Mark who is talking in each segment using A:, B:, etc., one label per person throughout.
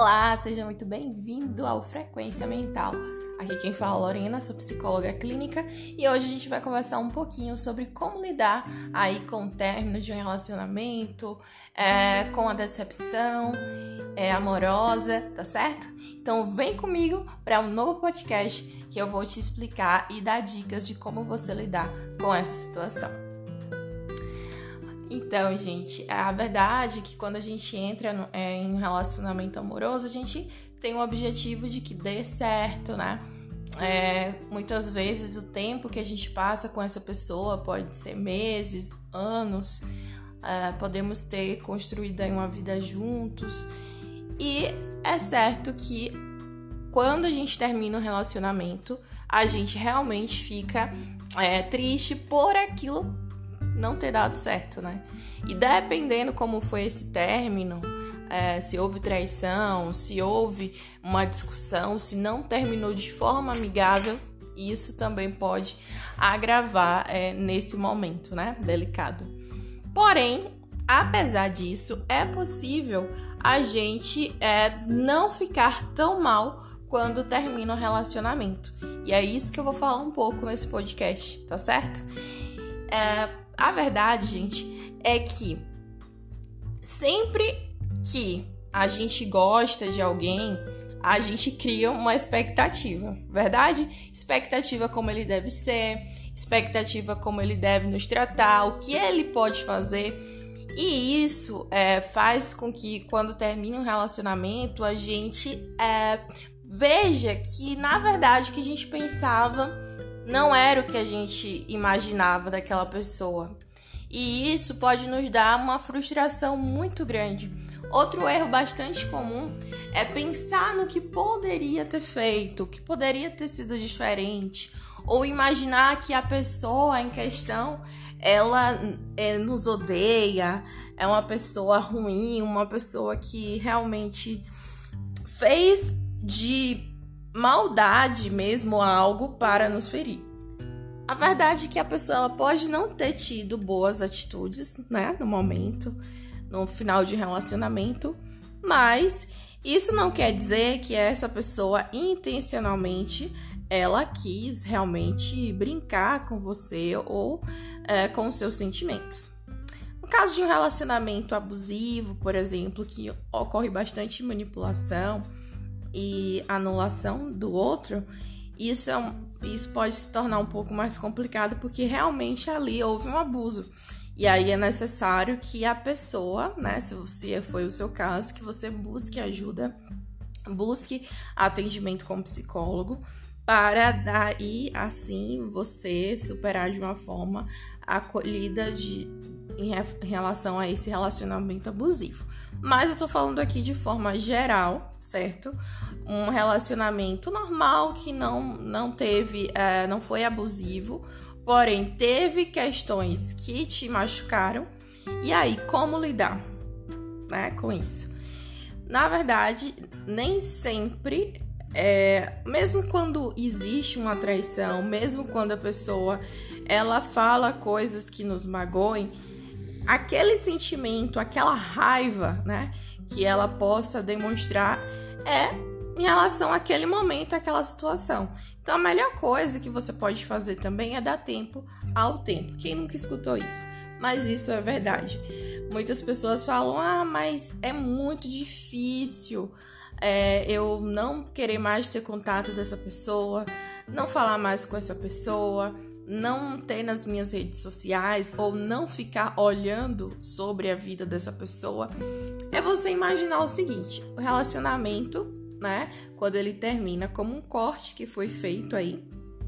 A: Olá, seja muito bem-vindo ao Frequência Mental. Aqui quem fala é Lorena, sou psicóloga clínica e hoje a gente vai conversar um pouquinho sobre como lidar aí com o término de um relacionamento, com a decepção amorosa, tá certo? Então vem comigo para um novo podcast que eu vou te explicar e dar dicas de como você lidar com essa situação. Então, gente, a verdade é que quando a gente entra em um relacionamento amoroso, a gente tem o objetivo de que dê certo, né? Muitas vezes o tempo que a gente passa com essa pessoa pode ser meses, anos, podemos ter construído aí uma vida juntos. E é certo que quando a gente termina um relacionamento, a gente realmente fica triste por aquilo não ter dado certo, né? E dependendo como foi esse término, se houve traição, se houve uma discussão, se não terminou de forma amigável, isso também pode agravar nesse momento, né? Delicado. Porém, apesar disso, é possível a gente não ficar tão mal quando termina o relacionamento. E é isso que eu vou falar um pouco nesse podcast, tá certo? A verdade, gente, é que sempre que a gente gosta de alguém, a gente cria uma expectativa, verdade? Expectativa como ele deve ser, expectativa como ele deve nos tratar, o que ele pode fazer. E isso faz com que quando termina um relacionamento, a gente veja que, na verdade, o que a gente pensava não era o que a gente imaginava daquela pessoa. E isso pode nos dar uma frustração muito grande. Outro erro bastante comum é pensar no que poderia ter feito, o que poderia ter sido diferente, ou imaginar que a pessoa em questão, ela nos odeia, é uma pessoa ruim, uma pessoa que realmente fez de maldade mesmo algo para nos ferir. A verdade é que a pessoa ela pode não ter tido boas atitudes, né, no momento, no final de relacionamento, mas isso não quer dizer que essa pessoa intencionalmente ela quis realmente brincar com você ou com os seus sentimentos. No caso de um relacionamento abusivo, por exemplo, que ocorre bastante manipulação e anulação do outro, isso pode se tornar um pouco mais complicado porque realmente ali houve um abuso. E aí é necessário que a pessoa, né, se foi o seu caso, que você busque ajuda, busque atendimento com psicólogo para daí, assim, você superar de uma forma acolhida em relação a esse relacionamento abusivo. Mas eu tô falando aqui de forma geral, certo? Um relacionamento normal que não foi abusivo, porém teve questões que te machucaram. E aí, como lidar, né, com isso? Na verdade, nem sempre, mesmo quando existe uma traição, mesmo quando a pessoa ela fala coisas que nos magoem, aquele sentimento, aquela raiva, né, que ela possa demonstrar em relação àquele momento, àquela situação. Então, a melhor coisa que você pode fazer também é dar tempo ao tempo. Quem nunca escutou isso? Mas isso é verdade. Muitas pessoas falam, mas é muito difícil eu não querer mais ter contato dessa pessoa, não falar mais com essa pessoa, não ter nas minhas redes sociais ou não ficar olhando sobre a vida dessa pessoa. É você imaginar o seguinte: o relacionamento, né, quando ele termina como um corte que foi feito aí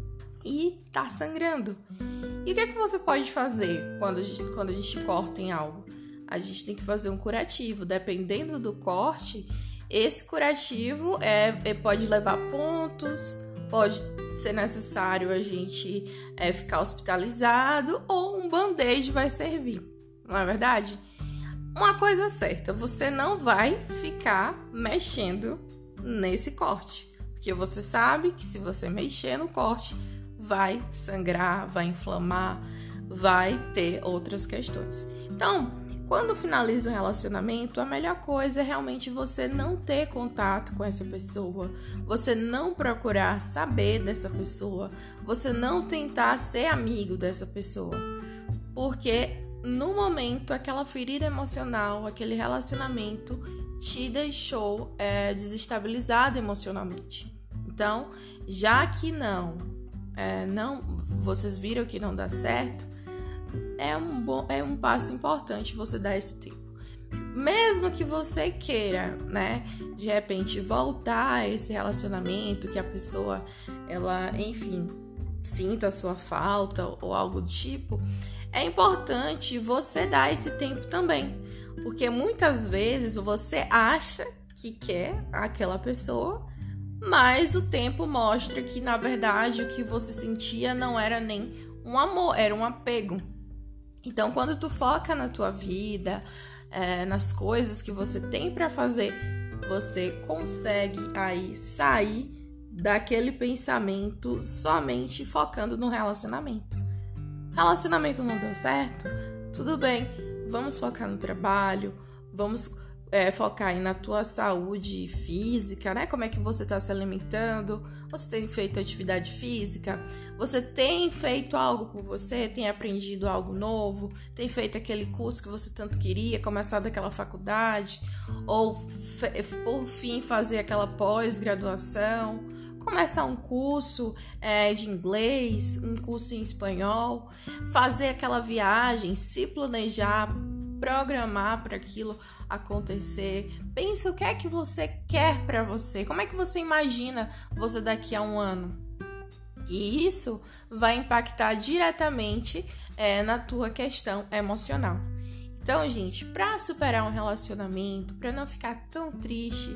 A: e tá sangrando. E o que é que você pode fazer quando a gente corta em algo? A gente tem que fazer um curativo. Dependendo do corte, esse curativo pode levar pontos, pode ser necessário a gente ficar hospitalizado ou um band-aid vai servir, não é verdade? Uma coisa certa, você não vai ficar mexendo nesse corte, porque você sabe que se você mexer no corte, vai sangrar, vai inflamar, vai ter outras questões. Então, quando finaliza um relacionamento, a melhor coisa é realmente você não ter contato com essa pessoa, você não procurar saber dessa pessoa, você não tentar ser amigo dessa pessoa, porque no momento aquela ferida emocional, aquele relacionamento te deixou desestabilizado emocionalmente. Então, já que vocês viram que não dá certo, é um passo importante você dar esse tempo. Mesmo que você queira, né, de repente voltar a esse relacionamento, que a pessoa, ela, enfim, sinta a sua falta ou algo do tipo, é importante você dar esse tempo também. Porque muitas vezes você acha que quer aquela pessoa, mas o tempo mostra que, na verdade, o que você sentia não era nem um amor, era um apego. Então, quando tu foca na tua vida, nas coisas que você tem para fazer, você consegue aí sair daquele pensamento somente focando no relacionamento. Relacionamento não deu certo? Tudo bem, vamos focar no trabalho, vamos focar aí na tua saúde física, né? Como é que você está se alimentando? Você tem feito atividade física? Você tem feito algo por você? Tem aprendido algo novo? Tem feito aquele curso que você tanto queria? Começado aquela faculdade? Ou, por fim, fazer aquela pós-graduação? Começar um curso de inglês, um curso em espanhol? Fazer aquela viagem, se planejar, programar para aquilo acontecer. Pensa o que é que você quer para você. Como é que você imagina você daqui a um ano? E isso vai impactar diretamente na tua questão emocional. Então, gente, para superar um relacionamento, para não ficar tão triste,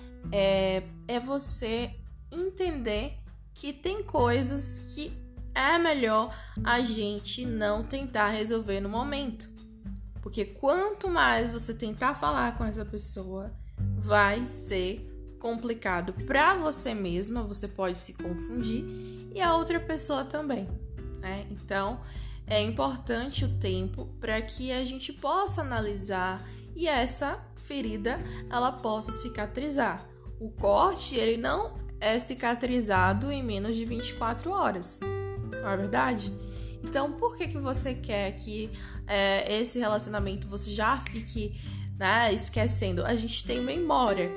A: é você entender que tem coisas que é melhor a gente não tentar resolver no momento. Porque quanto mais você tentar falar com essa pessoa, vai ser complicado para você mesma, você pode se confundir e a outra pessoa também, né? Então, é importante o tempo para que a gente possa analisar e essa ferida, ela possa cicatrizar. O corte, ele não é cicatrizado em menos de 24 horas, não é verdade? Então, por que você quer que esse relacionamento você já fique, né, esquecendo? A gente tem memória,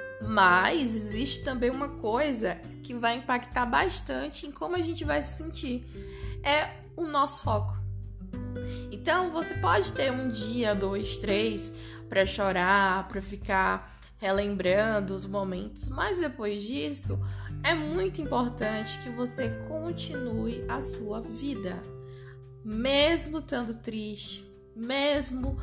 A: mas existe também uma coisa que vai impactar bastante em como a gente vai se sentir. É o nosso foco. Então, você pode ter um dia, 2, 3 para chorar, para ficar relembrando os momentos, mas depois disso, é muito importante que você continue a sua vida. Mesmo estando triste, mesmo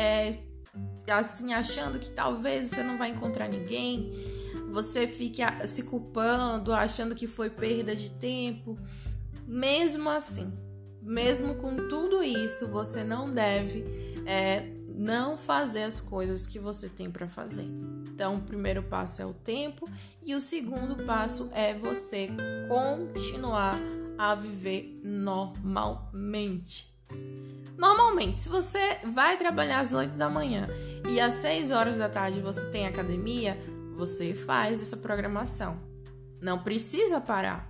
A: assim achando que talvez você não vai encontrar ninguém, você fique se culpando, achando que foi perda de tempo, mesmo assim, mesmo com tudo isso, você não deve não fazer as coisas que você tem para fazer. Então, o primeiro passo é o tempo e o segundo passo é você continuar a viver normalmente. Normalmente, se você vai trabalhar às 8 da manhã e às 6 horas da tarde você tem academia, você faz essa programação. Não precisa parar.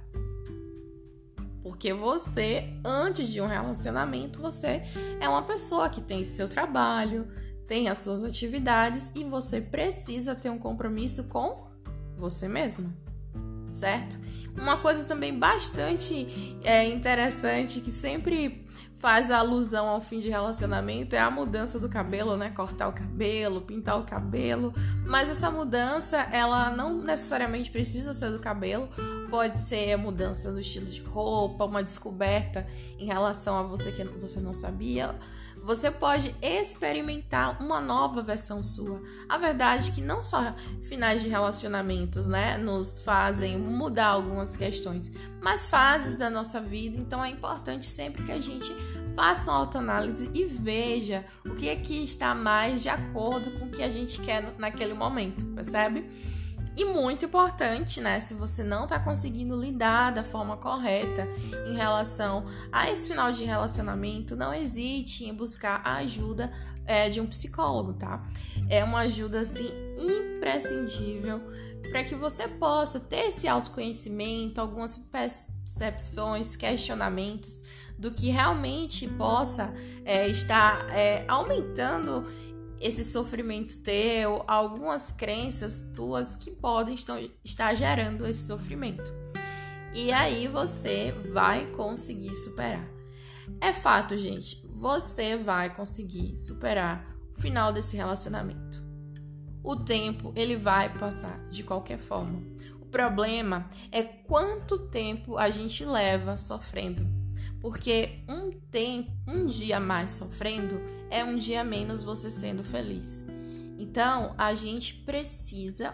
A: Porque você, antes de um relacionamento, você é uma pessoa que tem seu trabalho, tem as suas atividades e você precisa ter um compromisso com você mesma, certo? Uma coisa também bastante interessante que sempre faz alusão ao fim de relacionamento é a mudança do cabelo, né? Cortar o cabelo, pintar o cabelo. Mas essa mudança, ela não necessariamente precisa ser do cabelo. Pode ser a mudança do estilo de roupa, uma descoberta em relação a você que você não sabia. Você pode experimentar uma nova versão sua. A verdade é que não só finais de relacionamentos, né, nos fazem mudar algumas questões, mas fases da nossa vida. Então é importante sempre que a gente faça uma autoanálise e veja o que é que está mais de acordo com o que a gente quer naquele momento, percebe? E muito importante, né? Se você não tá conseguindo lidar da forma correta em relação a esse final de relacionamento, não hesite em buscar a ajuda de um psicólogo, tá? É uma ajuda, assim, imprescindível para que você possa ter esse autoconhecimento, algumas percepções, questionamentos do que realmente possa estar aumentando esse sofrimento teu, algumas crenças tuas que podem estar gerando esse sofrimento. E aí você vai conseguir superar. É fato, gente, você vai conseguir superar o final desse relacionamento. O tempo, ele vai passar de qualquer forma. O problema é quanto tempo a gente leva sofrendo. Porque um dia mais sofrendo é um dia menos você sendo feliz. Então, a gente precisa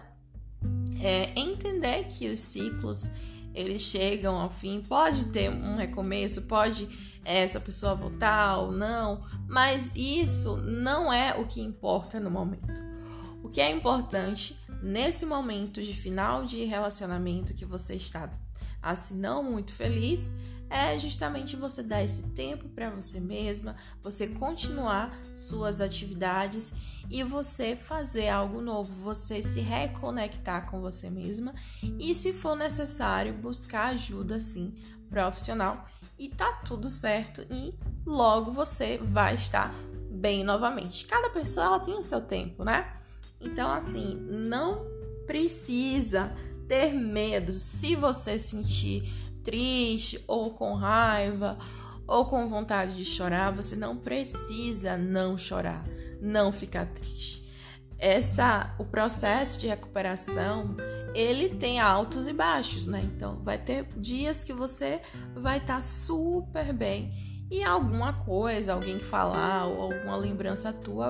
A: entender que os ciclos, eles chegam ao fim. Pode ter um recomeço, pode essa pessoa voltar ou não, mas isso não é o que importa no momento. O que é importante nesse momento de final de relacionamento que você está assim não muito feliz é justamente você dar esse tempo para você mesma, você continuar suas atividades e você fazer algo novo, você se reconectar com você mesma e, se for necessário, buscar ajuda, sim, profissional, e tá tudo certo e logo você vai estar bem novamente. Cada pessoa, ela tem o seu tempo, né? Então, assim, não precisa ter medo. Se você sentir triste ou com raiva ou com vontade de chorar, você não precisa não chorar, não ficar triste. O processo de recuperação, ele tem altos e baixos, né? Então, vai ter dias que você vai estar super bem e alguma coisa, alguém falar ou alguma lembrança tua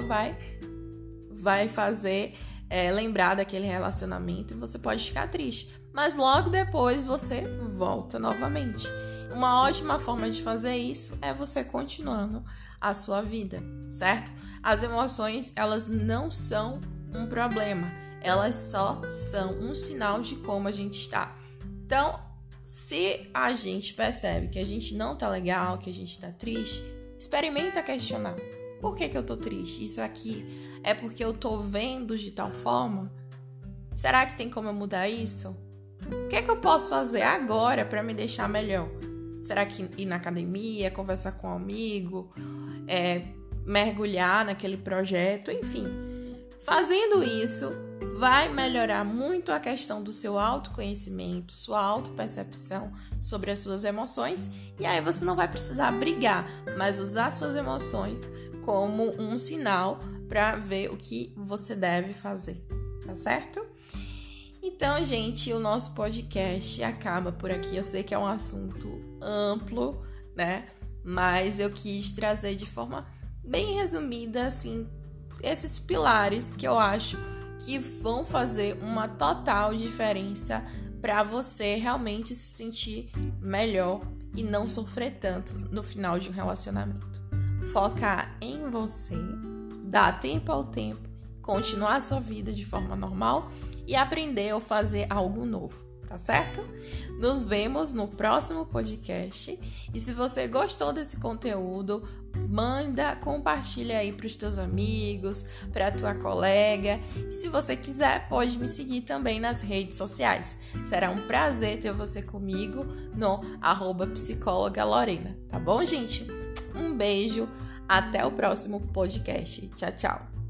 A: vai fazer lembrar daquele relacionamento e você pode ficar triste. Mas logo depois você volta novamente. Uma ótima forma de fazer isso é você continuando a sua vida, certo? As emoções, elas não são um problema. Elas só são um sinal de como a gente está. Então, se a gente percebe que a gente não tá legal, que a gente tá triste, experimenta questionar. Por que eu tô triste? Isso aqui é porque eu tô vendo de tal forma? Será que tem como eu mudar isso? O que eu posso fazer agora para me deixar melhor? Será que ir na academia, conversar com um amigo, mergulhar naquele projeto, enfim. Fazendo isso, vai melhorar muito a questão do seu autoconhecimento, sua autopercepção sobre as suas emoções, e aí você não vai precisar brigar, mas usar suas emoções como um sinal para ver o que você deve fazer, tá certo? Então, gente, o nosso podcast acaba por aqui. Eu sei que é um assunto amplo, né? Mas eu quis trazer de forma bem resumida, assim, esses pilares que eu acho que vão fazer uma total diferença para você realmente se sentir melhor e não sofrer tanto no final de um relacionamento. Focar em você, dar tempo ao tempo, continuar a sua vida de forma normal e aprender ou fazer algo novo, tá certo? Nos vemos no próximo podcast. E se você gostou desse conteúdo, compartilha aí para os teus amigos, para a tua colega. E se você quiser, pode me seguir também nas redes sociais. Será um prazer ter você comigo no @psicóloga Lorena, tá bom, gente? Um beijo, até o próximo podcast. Tchau, tchau!